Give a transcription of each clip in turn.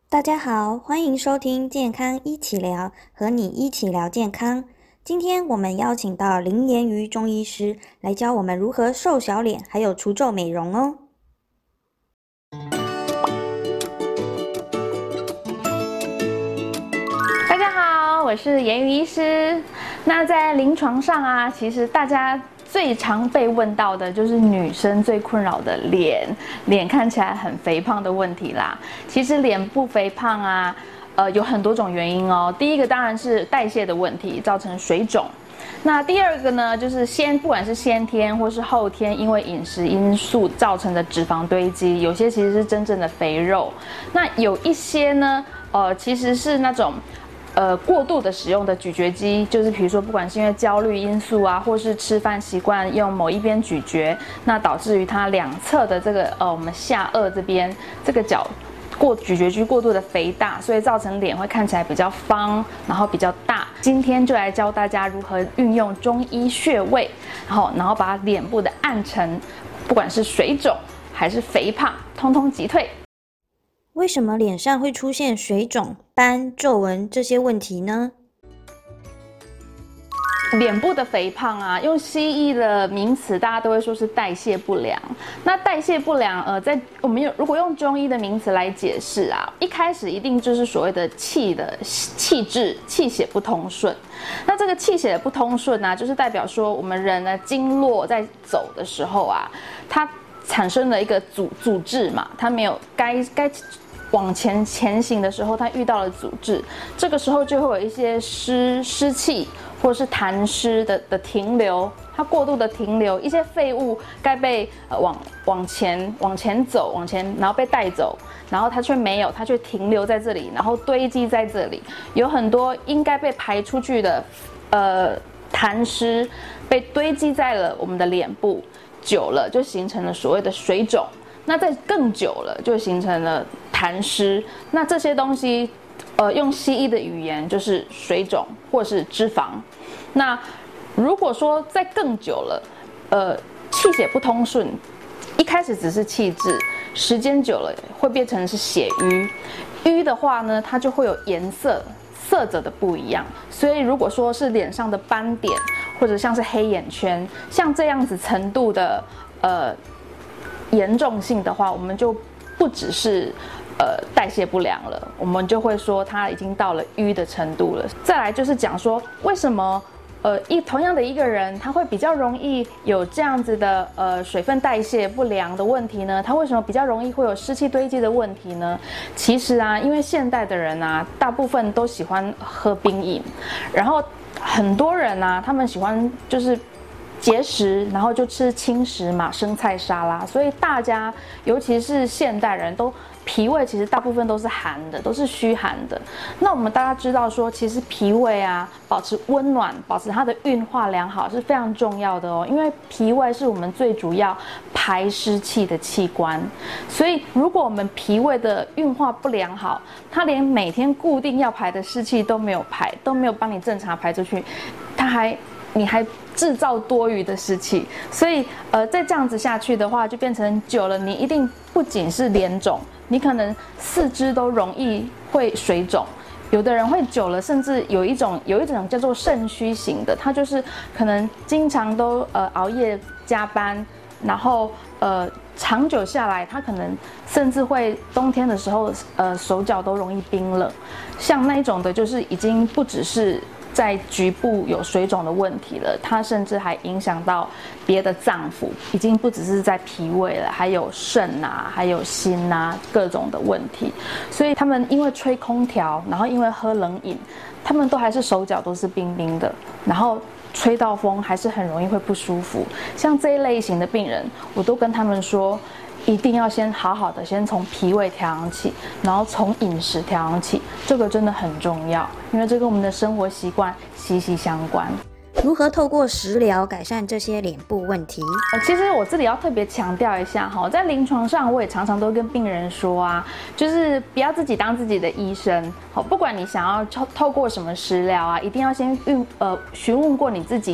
大家好，欢迎收听健康一起聊，和你一起聊健康。今天我们邀请到林妍瑜中医师来教我们如何瘦小脸，还有除皱美容哦。 大家好，我是妍瑜医师。那在临床上啊，其实大家最常被问到的就是女生最困扰的脸看起来很肥胖的问题啦。其实脸部肥胖啊，有很多种原因哦。第一个当然是代谢的问题，造成水肿。那第二个呢，就是不管是先天或是后天，因为饮食因素造成的脂肪堆积，有些其实是真正的肥肉。那有一些呢，其实是那种过度的使用的咀嚼肌，就是比如说不管是因为焦虑因素啊，或是吃饭习惯用某一边咀嚼，那导致于它两侧的这个我们下颚这边这个角咀嚼肌过度的肥大，所以造成脸会看起来比较方，然后比较大。今天就来教大家如何运用中医穴位，然后把脸部的暗沉，不管是水肿还是肥胖，通通击退。 为什么脸上会出现水肿、斑、皱纹这些问题呢？ 脸部的肥胖啊，用西医的名词，大家都会说是代谢不良。那代谢不良，在我们如果用中医的名词来解释啊，一开始一定就是所谓的气滞、气血不通顺。那这个气血不通顺啊，就是代表说我们人的经络在走的时候啊，它产生了一个阻滞嘛，它没有该往前行的时候，它遇到了阻滞，这个时候就会有一些湿气或是痰湿的停留，它过度的停留，一些废物该被往前走，然后被带走，然后它却没有，它却停留在这里，然后堆积在这里，有很多应该被排出去的痰湿被堆积在了我们的脸部，久了就形成了所谓的水肿。那再更久了，就形成了痰湿。那这些东西，用西医的语言就是水肿或是脂肪。那如果说再更久了，气血不通顺，一开始只是气滞，时间久了会变成是血瘀。瘀的话呢，它就会有颜色。色泽的不一样，所以如果说是脸上的斑点，或者像是黑眼圈，像这样子程度的严重性的话，我们就不只是代谢不良了，我们就会说它已经到了瘀的程度了。再来就是讲说为什么同样的一个人，他会比较容易有这样子的水分代谢不良的问题呢？他为什么比较容易会有湿气堆积的问题呢？其实啊，因为现代的人啊，大部分都喜欢喝冰饮，然后很多人啊，他们喜欢就是节食，然后就吃轻食嘛，生菜沙拉，所以大家尤其是现代人都脾胃其实大部分都是寒的，都是虚寒的。那我们大家知道说，其实脾胃啊，保持温暖，保持它的运化良好是非常重要的哦。因为脾胃是我们最主要排湿气的器官，所以如果我们脾胃的运化不良好，它连每天固定要排的湿气都没有排，都没有帮你正常排出去，你还制造多余的湿气，所以再这样子下去的话，就变成久了，你一定不仅是脸肿，你可能四肢都容易会水肿。有的人会久了，甚至有一种叫做肾虚型的，他就是可能经常都熬夜加班，然后长久下来，他可能甚至会冬天的时候手脚都容易冰冷。像那一种的，就是已经不只是在局部有水肿的问题了，它甚至还影响到别的脏腑，已经不只是在脾胃了，还有肾啊，还有心啊，各种的问题。所以他们因为吹空调，然后因为喝冷饮，他们都还是手脚都是冰冰的，然后吹到风还是很容易会不舒服。像这一类型的病人，我都跟他们说，一定要先好好的先从脾胃调养起，然后从饮食调养起，这个真的很重要，因为这跟我们的生活习惯息息相关。 如何透过食疗改善这些脸部问题？ 其实我这里要特别强调一下哈，在临床上我也常常都跟病人说啊，就是不要自己当自己的医生，好，不管你想要透过什么食疗啊，一定要先询问过你自己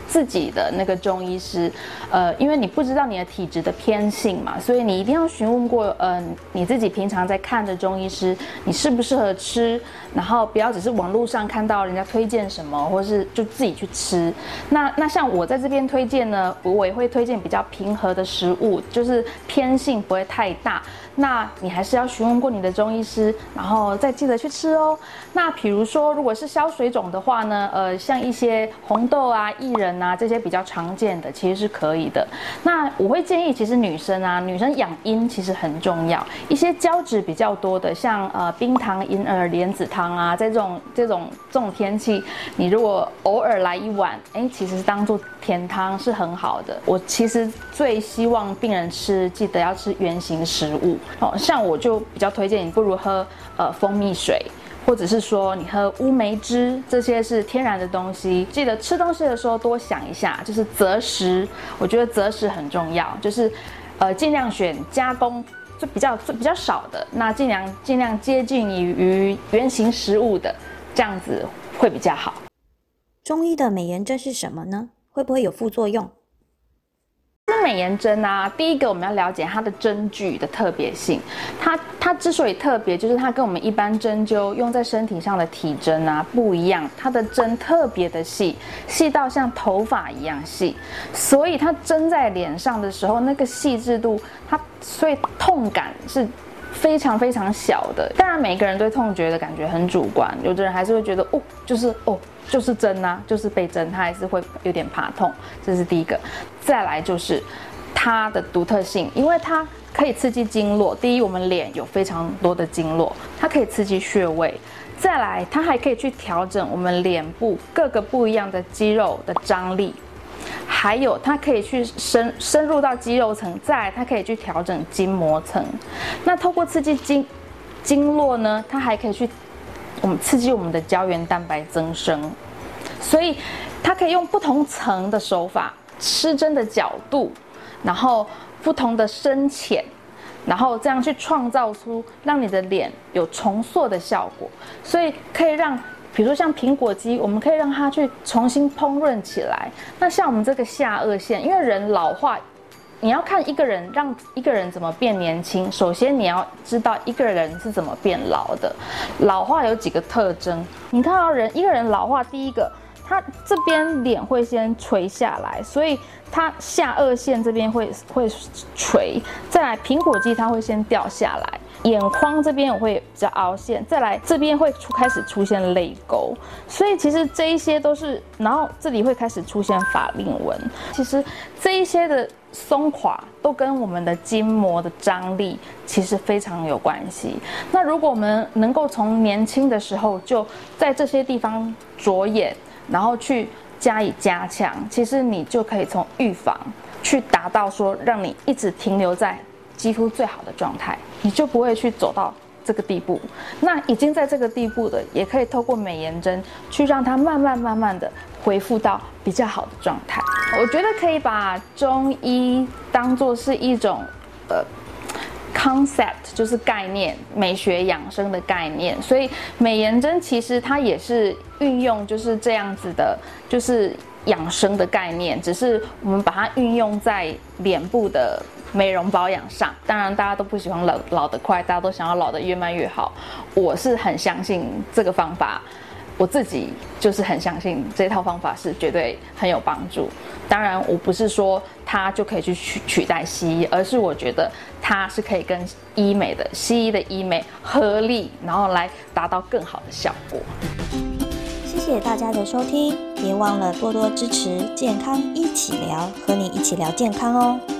自己的那个中医师，因为你不知道你的体质的偏性嘛，所以你一定要询问过你自己平常在看的中医师，你适不适合吃，然后不要只是网络上看到人家推荐什么，或是就自己去吃。那像我在这边推荐呢，我也会推荐比较平和的食物，就是偏性不会太大。那你还是要询问过你的中医师，然后再记得去吃哦。那比如说，如果是消水肿的话呢，像一些红豆啊、薏仁啊这些比较常见的，其实是可以的。那我会建议，其实女生养阴其实很重要。一些胶质比较多的，像冰糖银耳莲子汤啊，在这种天气，你如果偶尔来一碗，其实当做甜汤是很好的。我其实最希望病人记得要吃原型食物。像我就比较推荐你不如喝蜂蜜水，或者是说你喝乌梅汁，这些是天然的东西。记得吃东西的时候多想一下，就是择食，我觉得择食很重要，就是尽量选加工就比较少的，那尽量接近于原型食物的，这样子会比较好。 中医的美颜针是什么呢？会不会有副作用？ 那美颜针啊，第一个我们要了解它的针具的特别性。它之所以特别，就是它跟我们一般针灸用在身体上的体针啊不一样，它的针特别的细，细到像头发一样细，所以它针在脸上的时候，那个细致度，所以痛感是非常非常小的。当然，每个人对痛觉的感觉很主观，有的人还是会觉得就是针啊，就是被针，他还是会有点怕痛，这是第一个。再来就是它的独特性，因为它可以刺激经络。第一，我们脸有非常多的经络，它可以刺激穴位。再来，它还可以去调整我们脸部各个不一样的肌肉的张力。还有，它可以去深入到肌肉层，再来它可以去调整筋膜层。那透过刺激经络呢，它还可以去刺激我们的胶原蛋白增生，所以它可以用不同层的手法，施针的角度，然后不同的深浅，然后这样去创造出让你的脸有重塑的效果，所以可以让。比如说像苹果肌，我们可以让它去重新烹饪起来。那像我们这个下颚线，因为人老化，你要看让一个人怎么变年轻，首先你要知道一个人是怎么变老的。老化有几个特征，你看到一个人老化，第一个，他这边脸会先垂下来，所以他下颚线这边会垂，再来苹果肌它会先掉下来。眼眶这边我会比较凹陷，再来这边会开始出现泪沟，所以其实这一些都是，然后这里会开始出现法令纹。其实这一些的松垮都跟我们的筋膜的张力其实非常有关系。那如果我们能够从年轻的时候就在这些地方着眼，然后去加以加强，其实你就可以从预防去达到说让你一直停留在肌肤最好的状态，你就不会去走到这个地步。那已经在这个地步的，也可以透过美颜针去让它慢慢的恢复到比较好的状态。我觉得可以把中医当作是一种concept， 就是概念，美学养生的概念。所以美颜针其实它也是运用就是这样子的，就是养生的概念，只是我们把它运用在脸部的美容保养上。当然大家都不喜欢老得快，大家都想要老得越慢越好。我是很相信这个方法，我自己就是很相信这套方法是绝对很有帮助。当然我不是说它就可以去取代西医，而是我觉得它是可以跟西医的医美合力，然后来达到更好的效果。 谢谢大家的收听，别忘了多多支持健康一起聊，和你一起聊健康哦。